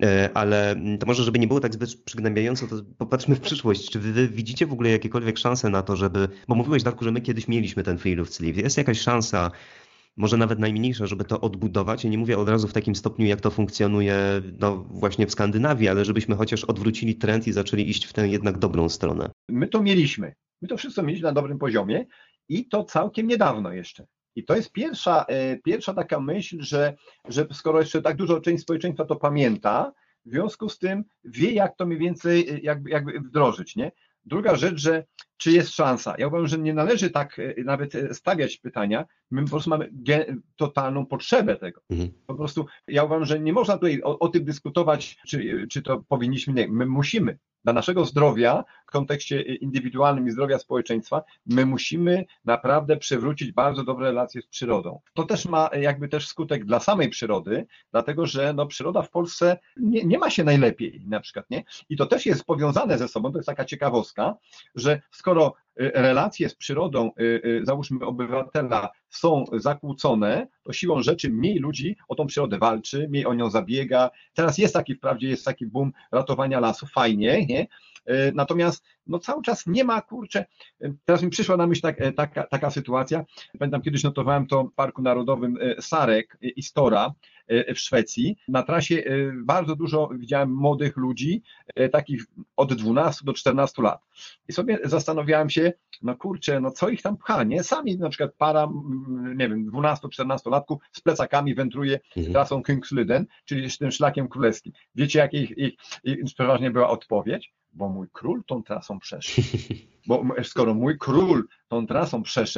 Ale to może, żeby nie było tak zbyt przygnębiająco, to popatrzmy w przyszłość. Czy wy widzicie w ogóle jakiekolwiek szanse na to, żeby... Bo mówiłeś, Darku, że my kiedyś mieliśmy ten Friluftsliv. Jest jakaś szansa, może nawet najmniejsza, żeby to odbudować? Ja nie mówię od razu w takim stopniu, jak to funkcjonuje no właśnie w Skandynawii, ale żebyśmy chociaż odwrócili trend i zaczęli iść w tę jednak dobrą stronę. My to mieliśmy. My to wszystko mieliśmy na dobrym poziomie i to całkiem niedawno jeszcze. I to jest pierwsza taka myśl, że skoro jeszcze tak dużo część społeczeństwa to pamięta, w związku z tym wie, jak to mniej więcej jakby wdrożyć, nie? Druga rzecz, że czy jest szansa? Ja uważam, że nie należy tak nawet stawiać pytania, my po prostu mamy totalną potrzebę tego. Po prostu ja uważam, że nie można tutaj o tym dyskutować, czy to powinniśmy, nie, my musimy. Dla naszego zdrowia w kontekście indywidualnym i zdrowia społeczeństwa, my musimy naprawdę przywrócić bardzo dobre relacje z przyrodą. To też ma jakby też skutek dla samej przyrody, dlatego że no, przyroda w Polsce nie ma się najlepiej na przykład, nie? I to też jest powiązane ze sobą, to jest taka ciekawostka, że skoro relacje z przyrodą, załóżmy obywatela, są zakłócone, to siłą rzeczy mniej ludzi o tą przyrodę walczy, mniej o nią zabiega. Teraz wprawdzie jest taki boom ratowania lasów, fajnie, nie? Natomiast no cały czas nie ma, kurczę, teraz mi przyszła na myśl taka sytuacja, pamiętam kiedyś notowałem to w Parku Narodowym Sarek i Stora w Szwecji, na trasie bardzo dużo widziałem młodych ludzi, takich od 12 do 14 lat i sobie zastanawiałem się, no kurczę, no co ich tam pcha, nie? Sami na przykład para, nie wiem, 12-14-latków z plecakami wędruje trasą Kungsleden, czyli tym szlakiem królewskim. Wiecie, jaka ich przeważnie była odpowiedź? Bo mój król tą trasą przeszedł. Bo skoro mój król tą trasą przeszedł,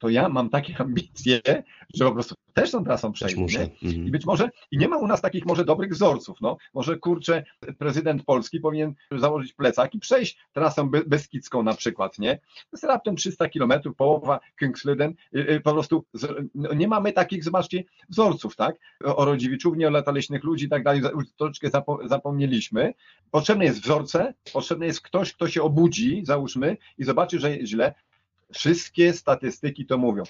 to ja mam takie ambicje, że po prostu też tą trasą przejdę. I być może, i nie ma u nas takich może dobrych wzorców, no. Może kurczę, prezydent Polski powinien założyć plecak i przejść trasą beskidzką na przykład, nie? To jest raptem 300 kilometrów, połowa Kungsleden, po prostu nie mamy takich, zobaczcie, wzorców, tak? O Rodziewiczównie, o Lata Leśnych Ludzi i tak dalej, troszeczkę zapomnieliśmy. Potrzebne jest wzorce, potrzebny jest ktoś, kto się obudzi, załóżmy, i zobaczy, że jest źle. Wszystkie statystyki to mówią.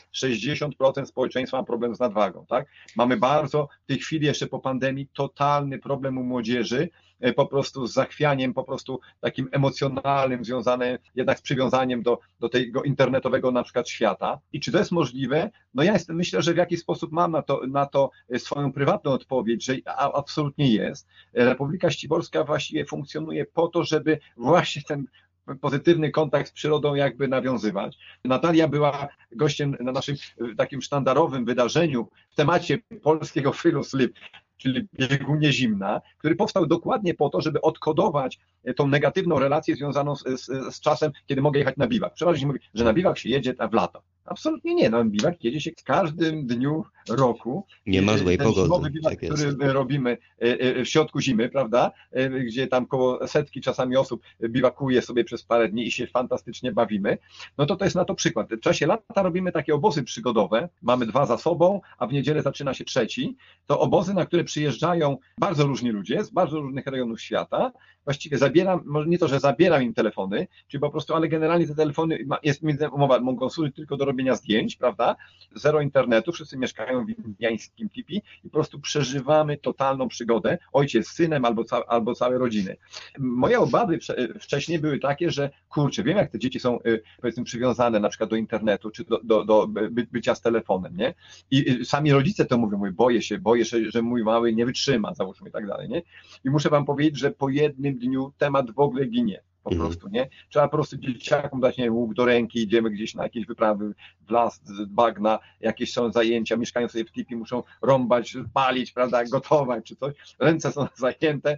60% społeczeństwa ma problem z nadwagą, tak? Mamy bardzo w tej chwili jeszcze po pandemii totalny problem u młodzieży, po prostu z zachwianiem, po prostu takim emocjonalnym, związane jednak z przywiązaniem do tego internetowego na przykład świata. I czy to jest możliwe? No ja myślę, że w jakiś sposób mam na to swoją prywatną odpowiedź, że absolutnie jest. Republika Ściborska właściwie funkcjonuje po to, żeby właśnie ten pozytywny kontakt z przyrodą jakby nawiązywać. Natalia była gościem na naszym takim sztandarowym wydarzeniu w temacie polskiego freedom sleep, czyli biegunie zimna, który powstał dokładnie po to, żeby odkodować tą negatywną relację związaną z czasem, kiedy mogę jechać na biwak. Przeważnie mówi, że na biwak się jedzie w lato. Absolutnie nie, na biwak jedzie się w każdym dniu roku. Nie ma złej pogody. Zimowy biwak, który robimy w środku zimy, prawda, gdzie tam koło setki czasami osób biwakuje sobie przez parę dni i się fantastycznie bawimy, no to jest na to przykład. W czasie lata robimy takie obozy przygodowe, mamy 2 za sobą, a w niedzielę zaczyna się 3. To obozy, na które przyjeżdżają bardzo różni ludzie z bardzo różnych rejonów świata. Właściwie zabieram, może nie to, że zabieram im telefony, czyli po prostu, ale generalnie te telefony, jest umowa, mogą służyć tylko do robienia zdjęć, prawda? Zero internetu, wszyscy mieszkają w indiańskim tipi i po prostu przeżywamy totalną przygodę, ojciec z synem albo całe rodziny. Moje obawy wcześniej były takie, że kurczę, wiem jak te dzieci są powiedzmy przywiązane na przykład do internetu, czy do bycia z telefonem, nie? I sami rodzice to mówią, boję się, że mój mały nie wytrzyma, załóżmy i tak dalej, nie? I muszę wam powiedzieć, że po jednym dniu temat w ogóle ginie. Po prostu, nie? Trzeba po prostu dzieciakom dać, nie wiem, łuk do ręki, idziemy gdzieś na jakieś wyprawy w las, bagna, jakieś są zajęcia, mieszkają sobie w tipi, muszą rąbać, palić, prawda, gotować czy coś, ręce są zajęte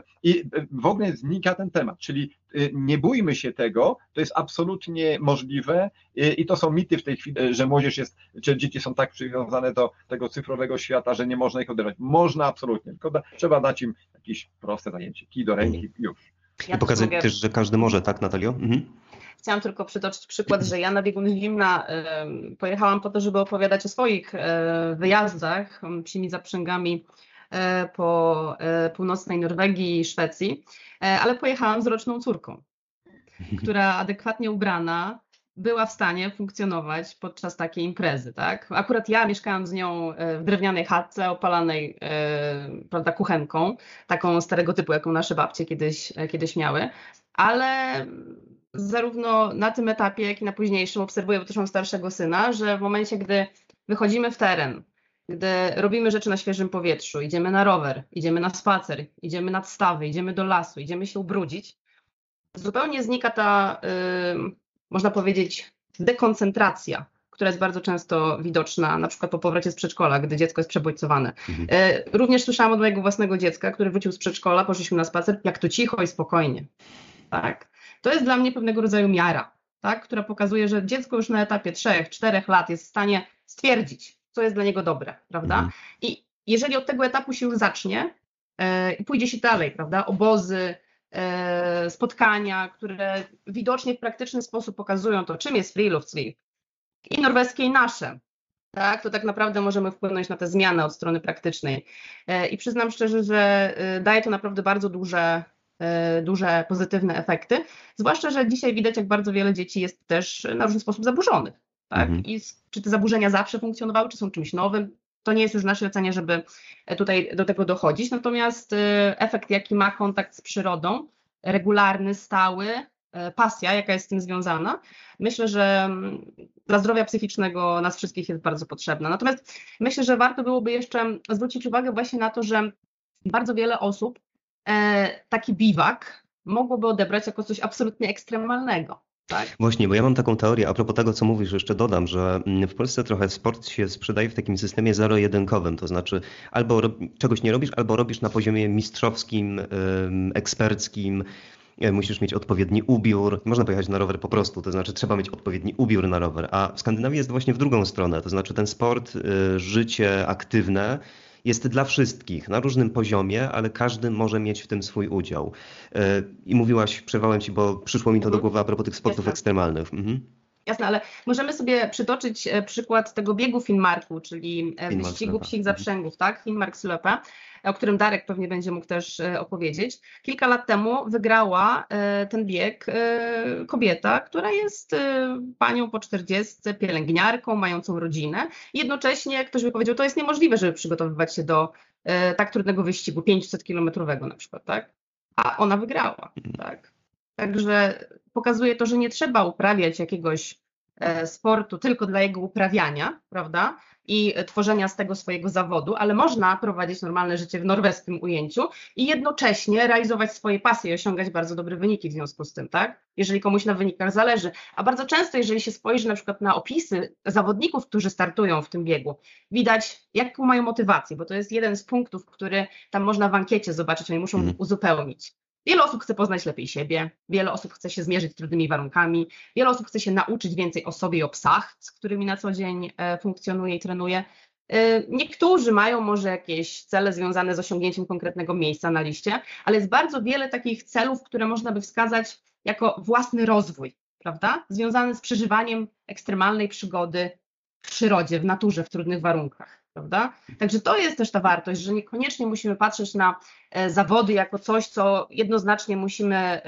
i w ogóle znika ten temat, czyli nie bójmy się tego, to jest absolutnie możliwe i to są mity w tej chwili, że młodzież jest, czy dzieci są tak przywiązane do tego cyfrowego świata, że nie można ich oderwać. Można absolutnie, tylko trzeba dać im jakieś proste zajęcie, kij do ręki już. I pokazać też, że każdy może, tak, Natalio? Chciałam tylko przytoczyć przykład, że ja na biegun zimna pojechałam po to, żeby opowiadać o swoich wyjazdach psimi zaprzęgami po północnej Norwegii i Szwecji, ale pojechałam z roczną córką, która adekwatnie ubrana była w stanie funkcjonować podczas takiej imprezy, tak? Akurat ja mieszkałam z nią w drewnianej chatce opalanej, prawda, kuchenką, taką starego typu, jaką nasze babcie kiedyś miały, ale zarówno na tym etapie, jak i na późniejszym obserwuję, bo też mam starszego syna, że w momencie, gdy wychodzimy w teren, gdy robimy rzeczy na świeżym powietrzu, idziemy na rower, idziemy na spacer, idziemy nad stawy, idziemy do lasu, idziemy się ubrudzić, zupełnie znika ta, można powiedzieć, dekoncentracja, która jest bardzo często widoczna na przykład po powrocie z przedszkola, gdy dziecko jest przebodźcowane. Również słyszałam od mojego własnego dziecka, który wrócił z przedszkola, poszliśmy na spacer, jak to cicho i spokojnie. Tak? To jest dla mnie pewnego rodzaju miara, tak? Która pokazuje, że dziecko już na etapie 3-4 lat jest w stanie stwierdzić, co jest dla niego dobre, prawda? I jeżeli od tego etapu się już zacznie i pójdzie się dalej, prawda? Obozy, spotkania, które widocznie w praktyczny sposób pokazują to, czym jest free love sleep, i norweskie, i nasze, tak, to tak naprawdę możemy wpłynąć na te zmiany od strony praktycznej. I przyznam szczerze, że daje to naprawdę bardzo duże pozytywne efekty, zwłaszcza, że dzisiaj widać, jak bardzo wiele dzieci jest też na różny sposób zaburzonych. Tak? I czy te zaburzenia zawsze funkcjonowały, czy są czymś nowym, to nie jest już w naszej ocenie, żeby tutaj do tego dochodzić, natomiast efekt, jaki ma kontakt z przyrodą, regularny, stały, pasja, jaka jest z tym związana, myślę, że dla zdrowia psychicznego nas wszystkich jest bardzo potrzebna. Natomiast myślę, że warto byłoby jeszcze zwrócić uwagę właśnie na to, że bardzo wiele osób taki biwak mogłoby odebrać jako coś absolutnie ekstremalnego. Tak? Właśnie, bo ja mam taką teorię, a propos tego, co mówisz, jeszcze dodam, że w Polsce trochę sport się sprzedaje w takim systemie zero-jedynkowym, to znaczy albo czegoś nie robisz, albo robisz na poziomie mistrzowskim, eksperckim, musisz mieć odpowiedni ubiór. Można pojechać na rower po prostu, to znaczy trzeba mieć odpowiedni ubiór na rower. A w Skandynawii jest właśnie w drugą stronę, to znaczy ten sport, życie aktywne jest dla wszystkich na różnym poziomie, ale każdy może mieć w tym swój udział. I mówiłaś, przerwałem ci, bo przyszło mi to do głowy a propos tych sportów Jasne. ekstremalnych. Jasne, ale możemy sobie przytoczyć przykład tego biegu Finnmarku, czyli wyścigu psich zaprzęgów, tak? Finnmarkslöpet, o którym Darek pewnie będzie mógł też opowiedzieć. Kilka lat temu wygrała ten bieg kobieta, która jest panią po 40, pielęgniarką, mającą rodzinę. Jednocześnie ktoś by powiedział, to jest niemożliwe, żeby przygotowywać się do tak trudnego wyścigu, 500-kilometrowego na przykład, tak? A ona wygrała, tak? Także pokazuje to, że nie trzeba uprawiać jakiegoś sportu tylko dla jego uprawiania, prawda? I tworzenia z tego swojego zawodu, ale można prowadzić normalne życie w norweskim ujęciu i jednocześnie realizować swoje pasje i osiągać bardzo dobre wyniki w związku z tym, tak? Jeżeli komuś na wynikach zależy. A bardzo często, jeżeli się spojrzy na przykład na opisy zawodników, którzy startują w tym biegu, widać, jaką mają motywację, bo to jest jeden z punktów, który tam można w ankiecie zobaczyć, oni muszą uzupełnić. Wiele osób chce poznać lepiej siebie, wiele osób chce się zmierzyć z trudnymi warunkami, wiele osób chce się nauczyć więcej o sobie i o psach, z którymi na co dzień funkcjonuje i trenuje. Niektórzy mają może jakieś cele związane z osiągnięciem konkretnego miejsca na liście, ale jest bardzo wiele takich celów, które można by wskazać jako własny rozwój, prawda? Związany z przeżywaniem ekstremalnej przygody w przyrodzie, w naturze, w trudnych warunkach. Prawda? Także to jest też ta wartość, że niekoniecznie musimy patrzeć na zawody jako coś, co jednoznacznie musimy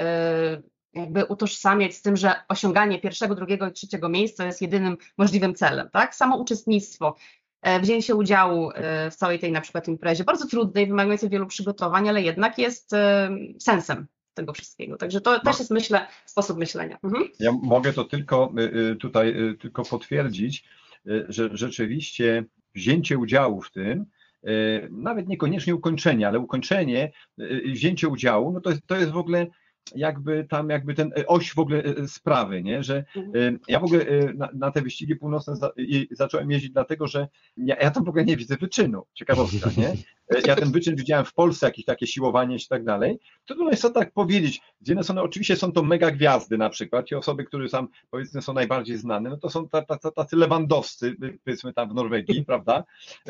jakby utożsamiać z tym, że osiąganie pierwszego, drugiego i trzeciego miejsca jest jedynym możliwym celem. Tak? Samo uczestnictwo, wzięcie udziału w całej tej na przykład imprezie, bardzo trudnej, wymagającej wielu przygotowań, ale jednak jest sensem tego wszystkiego. Także to też jest, myślę, sposób myślenia. Ja mogę to tylko tutaj tylko potwierdzić, że rzeczywiście wzięcie udziału w tym, nawet niekoniecznie ukończenie, ale ukończenie, wzięcie udziału, no to jest w ogóle jakby ten oś w ogóle sprawy, nie? Że ja w ogóle na te wyścigi północne zacząłem jeździć dlatego, że ja tam w ogóle nie widzę wyczynu, ciekawostka, nie? Ja ten wyczyn widziałem w Polsce, jakieś takie siłowanie i tak dalej. Trudno jest to tak powiedzieć. Z jednej strony oczywiście są to mega gwiazdy na przykład, ci osoby, które tam powiedzmy są najbardziej znane, no to są tacy lewandowscy, powiedzmy tam w Norwegii, prawda?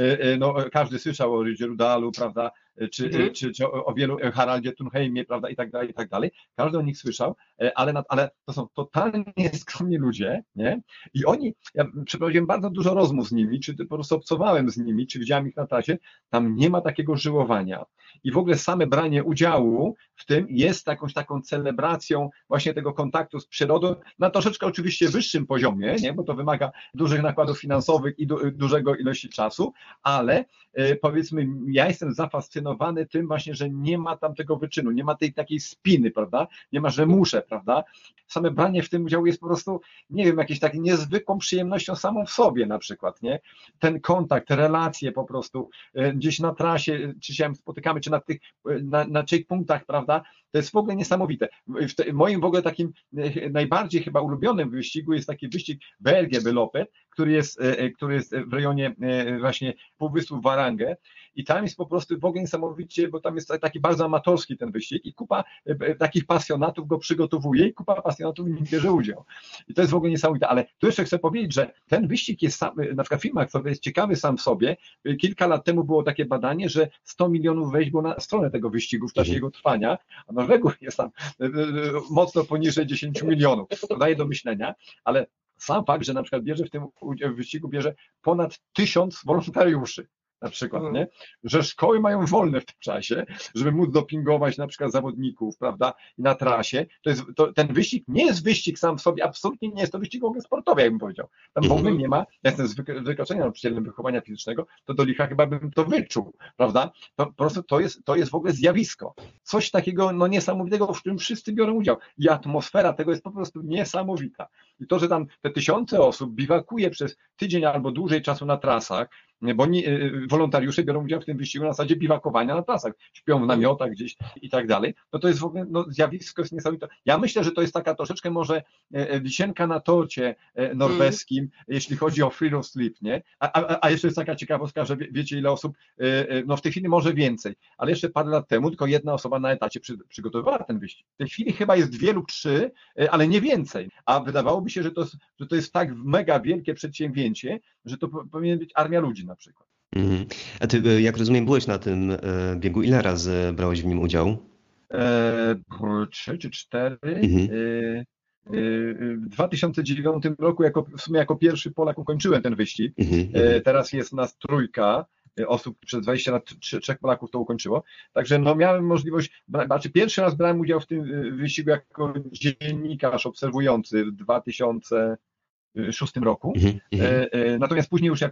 No każdy słyszał o Rydzie Rudalu, prawda? Czy o wielu Haraldzie Thunheimie, prawda, i tak dalej, i tak dalej. Każdy o nich słyszał, ale to są totalnie skromni ludzie, nie? I ja przeprowadziłem bardzo dużo rozmów z nimi, czy po prostu obcowałem z nimi, czy widziałem ich na trasie, tam nie ma takiego żyłowania. I w ogóle same branie udziału w tym jest jakąś taką celebracją właśnie tego kontaktu z przyrodą na troszeczkę oczywiście wyższym poziomie, nie? Bo to wymaga dużych nakładów finansowych i dużego ilości czasu, ale powiedzmy, ja jestem zafascynowany tym właśnie, że nie ma tam tego wyczynu, nie ma tej takiej spiny, prawda? Nie ma, że muszę, prawda? Same branie w tym udziału jest po prostu, nie wiem, jakąś taką niezwykłą przyjemnością samą w sobie na przykład, nie? Ten kontakt, te relacje po prostu gdzieś na trasie, czy się spotykamy, czy na checkpunktach, prawda? To jest w ogóle niesamowite. W moim w ogóle takim najbardziej chyba ulubionym wyścigu jest taki wyścig Berge-Belopet, który jest w rejonie właśnie Półwyspu Varange i tam jest po prostu w ogóle niesamowicie, bo tam jest taki bardzo amatorski ten wyścig i kupa takich pasjonatów go przygotowuje i kupa pasjonatów w nim bierze udział. I to jest w ogóle niesamowite, ale tu jeszcze chcę powiedzieć, że ten wyścig jest sam, na przykład Finnmark jest ciekawy sam w sobie. Kilka lat temu było takie badanie, że 100 milionów wejść było na stronę tego wyścigu w czasie jego trwania, a Norwegów jest tam mocno poniżej 10 milionów. To daje do myślenia, ale sam fakt, że na przykład bierze w tym wyścigu ponad 1000 wolontariuszy. Na przykład, nie? Że szkoły mają wolne w tym czasie, żeby móc dopingować na przykład zawodników, prawda, i na trasie. Ten wyścig nie jest wyścig sam w sobie, absolutnie nie jest to wyścig w ogóle sportowy, jakbym powiedział. Tam w ogóle nie ma, ja jestem z wykroczenia nauczycielem wychowania fizycznego, to do licha chyba bym to wyczuł, prawda? To po prostu to jest w ogóle zjawisko. Coś takiego no niesamowitego, w którym wszyscy biorą udział. I atmosfera tego jest po prostu niesamowita. I to, że tam te tysiące osób biwakuje przez tydzień albo dłużej czasu na trasach, bo wolontariusze biorą udział w tym wyścigu na zasadzie biwakowania na trasach, śpią w namiotach gdzieś i tak dalej, no to jest w ogóle zjawisko jest niesamowite. Ja myślę, że to jest taka troszeczkę może wisienka na torcie norweskim, jeśli chodzi o Freedom Sleep, nie? A jeszcze jest taka ciekawostka, że wiecie ile osób, no w tej chwili może więcej, ale jeszcze parę lat temu tylko jedna osoba na etacie przygotowywała ten wyścig. W tej chwili chyba jest 2 lub 3, ale nie więcej, a wydawałoby się, że to jest tak mega wielkie przedsięwzięcie, że to powinien być armia ludzi na przykład. A ty, jak rozumiem, byłeś na tym biegu. Ile razy brałeś w nim udział? 3 czy 4. W 2009 roku w sumie jako pierwszy Polak ukończyłem ten wyścig. Teraz jest nas 3 osób, przez 20 lat 3 Polaków to ukończyło. Także no miałem możliwość, pierwszy raz brałem udział w tym wyścigu jako dziennikarz obserwujący w 2006 roku, natomiast później już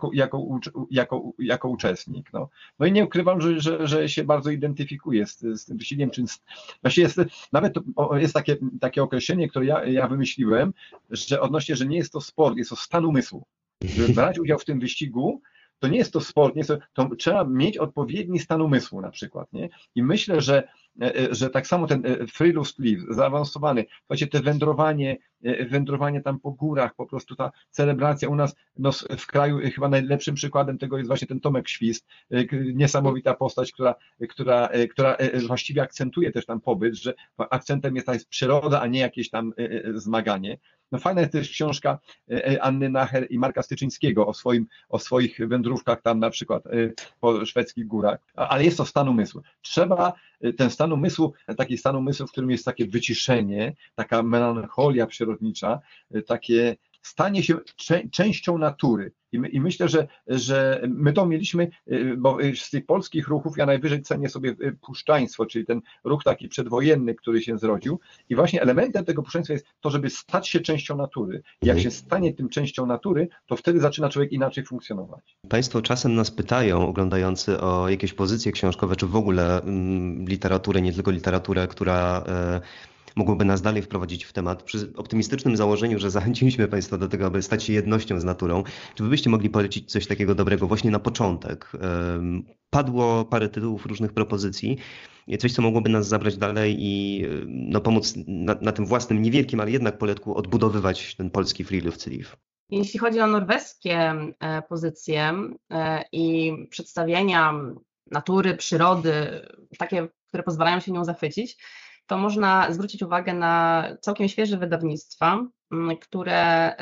jako uczestnik. No i nie ukrywam, że się bardzo identyfikuję z tym wyścigiem. Właściwie jest takie określenie, które ja wymyśliłem, że odnośnie, że nie jest to sport, jest to stan umysłu. Żeby brać udział w tym wyścigu, to nie jest to sport, to trzeba mieć odpowiedni stan umysłu na przykład, nie? I myślę, że tak samo ten Freedom Sleep, zaawansowany, właśnie te wędrowanie tam po górach, po prostu ta celebracja u nas w kraju, chyba najlepszym przykładem tego jest właśnie ten Tomek Świst, niesamowita postać, która właściwie akcentuje też tam pobyt, że akcentem jest przyroda, a nie jakieś tam zmaganie. No fajna jest też książka Anny Nacher i Marka Styczyńskiego o swoich wędrówkach tam na przykład po szwedzkich górach, ale jest to stan umysłu. Trzeba ten stan umysłu, taki stan umysłu, w którym jest takie wyciszenie, taka melancholia przyrodnicza, takie stanie się częścią natury. I myślę, że my to mieliśmy, bo z tych polskich ruchów ja najwyżej cenię sobie puszczaństwo, czyli ten ruch taki przedwojenny, który się zrodził. I właśnie elementem tego puszczaństwa jest to, żeby stać się częścią natury. I jak się stanie tym częścią natury, to wtedy zaczyna człowiek inaczej funkcjonować. Państwo czasem nas pytają, oglądający, o jakieś pozycje książkowe, czy w ogóle literaturę, nie tylko literaturę, która mogłoby nas dalej wprowadzić w temat, przy optymistycznym założeniu, że zachęciliśmy Państwa do tego, aby stać się jednością z naturą. Czy Wy byście mogli polecić coś takiego dobrego właśnie na początek? Padło parę tytułów, różnych propozycji, coś, co mogłoby nas zabrać dalej i pomóc na tym własnym, niewielkim, ale jednak poletku odbudowywać ten polski Freedom Sleep. Jeśli chodzi o norweskie pozycje i przedstawienia natury, przyrody, takie, które pozwalają się nią zachwycić, to można zwrócić uwagę na całkiem świeże wydawnictwa, które,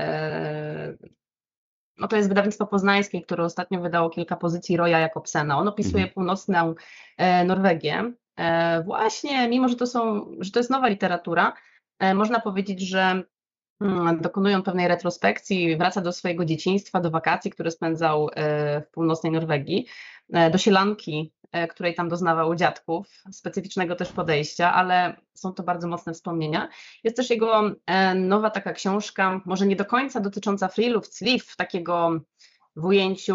to jest wydawnictwo poznańskie, które ostatnio wydało kilka pozycji Roya Jakobsena. On opisuje północną Norwegię. Właśnie, mimo że to jest nowa literatura, można powiedzieć, że dokonują pewnej retrospekcji, wraca do swojego dzieciństwa, do wakacji, które spędzał w północnej Norwegii, do sielanki, której tam doznawał u dziadków, specyficznego też podejścia, ale są to bardzo mocne wspomnienia. Jest też jego nowa taka książka, może nie do końca dotycząca Freedom Sleep, takiego w ujęciu,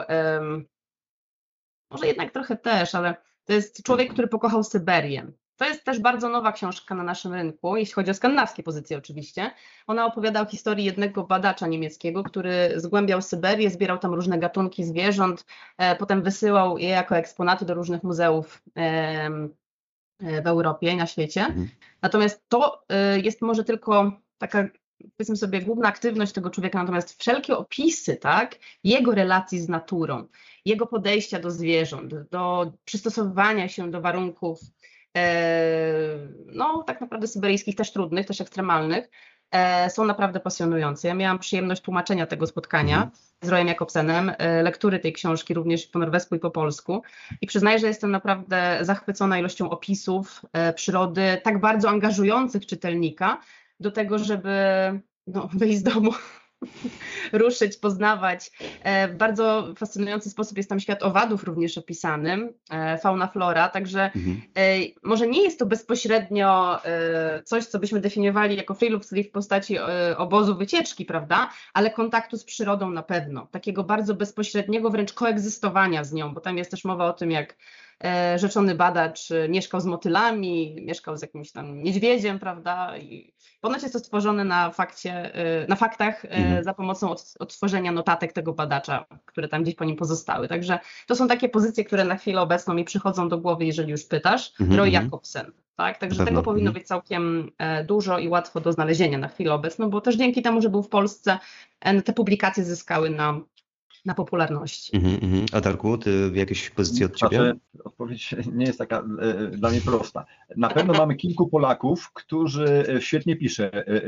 może jednak trochę też, ale to jest człowiek, który pokochał Syberię. To jest też bardzo nowa książka na naszym rynku, jeśli chodzi o skandynawskie pozycje oczywiście. Ona opowiada o historii jednego badacza niemieckiego, który zgłębiał Syberię, zbierał tam różne gatunki zwierząt, potem wysyłał je jako eksponaty do różnych muzeów w Europie i na świecie. Natomiast to jest może tylko taka, powiedzmy sobie, główna aktywność tego człowieka, natomiast wszelkie opisy, tak, jego relacji z naturą, jego podejścia do zwierząt, do przystosowywania się do warunków tak naprawdę syberyjskich, też trudnych, też ekstremalnych, są naprawdę pasjonujące. Ja miałam przyjemność tłumaczenia tego spotkania z Royem Jakobsenem, lektury tej książki również po norwesku i po polsku i przyznaję, że jestem naprawdę zachwycona ilością opisów przyrody, tak bardzo angażujących czytelnika do tego, żeby wyjść z domu, ruszyć, poznawać. W bardzo fascynujący sposób jest tam świat owadów również opisany, fauna, flora, także może nie jest to bezpośrednio coś, co byśmy definiowali jako Freedom Sleep w postaci obozu wycieczki, prawda, ale kontaktu z przyrodą na pewno, takiego bardzo bezpośredniego wręcz koegzystowania z nią, bo tam jest też mowa o tym, jak rzeczony badacz mieszkał z motylami, mieszkał z jakimś tam niedźwiedziem, prawda? I ponoć jest to stworzone na faktach za pomocą odtworzenia notatek tego badacza, które tam gdzieś po nim pozostały. Także to są takie pozycje, które na chwilę obecną mi przychodzą do głowy, jeżeli już pytasz. Roy Jacobsen. Tak? Także tego powinno być całkiem dużo i łatwo do znalezienia na chwilę obecną, bo też dzięki temu, że był w Polsce, te publikacje zyskały na popularności. A Darku, ty jakieś pozycje od ciebie? Odpowiedź nie jest taka dla mnie prosta. Na pewno mamy kilku Polaków, którzy świetnie pisze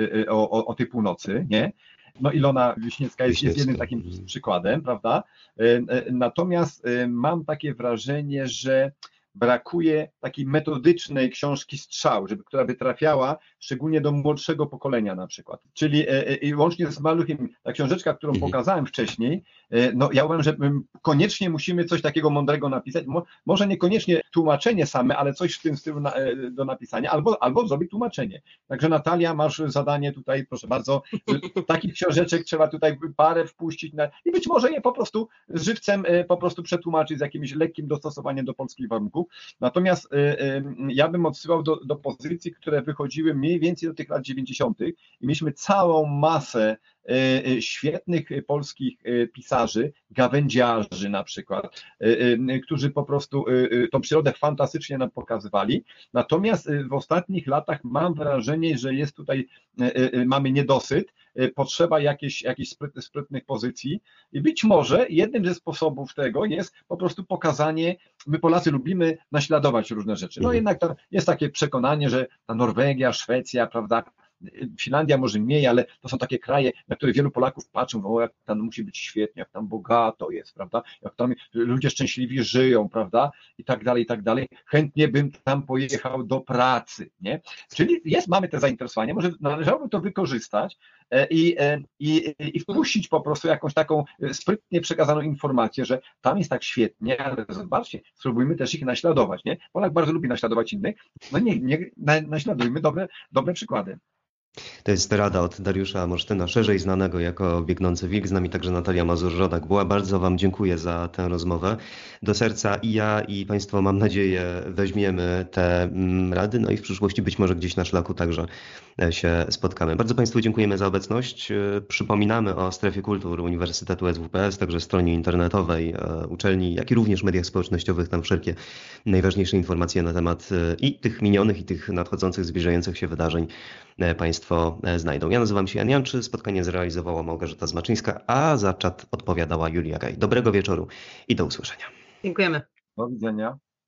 o tej północy, nie? No Ilona Wiśniewska jest jednym takim przykładem, prawda? Natomiast mam takie wrażenie, że brakuje takiej metodycznej książki strzał, która by trafiała szczególnie do młodszego pokolenia na przykład. Czyli i łącznie z Maluchem, ta książeczka, którą pokazałem wcześniej, no ja uważam, że koniecznie musimy coś takiego mądrego napisać, może niekoniecznie tłumaczenie same, ale coś w tym stylu do napisania, albo zrobić tłumaczenie. Także Natalia, masz zadanie tutaj, proszę bardzo, takich książeczek trzeba tutaj parę wpuścić i być może je po prostu z żywcem po prostu przetłumaczyć z jakimś lekkim dostosowaniem do polskich warunków. Natomiast ja bym odsyłał do pozycji, które wychodziły mniej więcej do tych lat 90. i mieliśmy całą masę świetnych polskich pisarzy, gawędziarzy na przykład, którzy po prostu tą przyrodę fantastycznie nam pokazywali. Natomiast w ostatnich latach mam wrażenie, że jest tutaj, mamy niedosyt, potrzeba jakichś sprytnych pozycji i być może jednym ze sposobów tego jest po prostu pokazanie, my Polacy lubimy naśladować różne rzeczy. No jednak to jest takie przekonanie, że ta Norwegia, Szwecja, prawda, Finlandia może mniej, ale to są takie kraje, na które wielu Polaków patrzą, jak tam musi być świetnie, jak tam bogato jest, prawda, jak tam ludzie szczęśliwi żyją, prawda, i tak dalej, chętnie bym tam pojechał do pracy, nie? Czyli mamy te zainteresowanie, może należałoby to wykorzystać i wpuścić po prostu jakąś taką sprytnie przekazaną informację, że tam jest tak świetnie, ale zobaczcie, spróbujmy też ich naśladować, nie? Polak bardzo lubi naśladować innych, no nie naśladujmy dobre przykłady. To jest rada od Dariusza Morsztyna, szerzej znanego jako Biegnący Wilk, z nami także Natalia Mazur-Rodak. Bardzo wam dziękuję za tę rozmowę. Do serca i ja, i państwo, mam nadzieję, weźmiemy te rady, no i w przyszłości być może gdzieś na szlaku także się spotkamy. Bardzo państwu dziękujemy za obecność. Przypominamy o Strefie Kultur Uniwersytetu SWPS, także stronie internetowej uczelni, jak i również mediach społecznościowych. Tam wszelkie najważniejsze informacje na temat i tych minionych, i tych nadchodzących, zbliżających się wydarzeń państwo znajdą. Ja nazywam się Jan Janczy, spotkanie zrealizowała Małgorzata Zmaczyńska, a za czat odpowiadała Julia Gaj. Dobrego wieczoru i do usłyszenia. Dziękujemy. Do widzenia.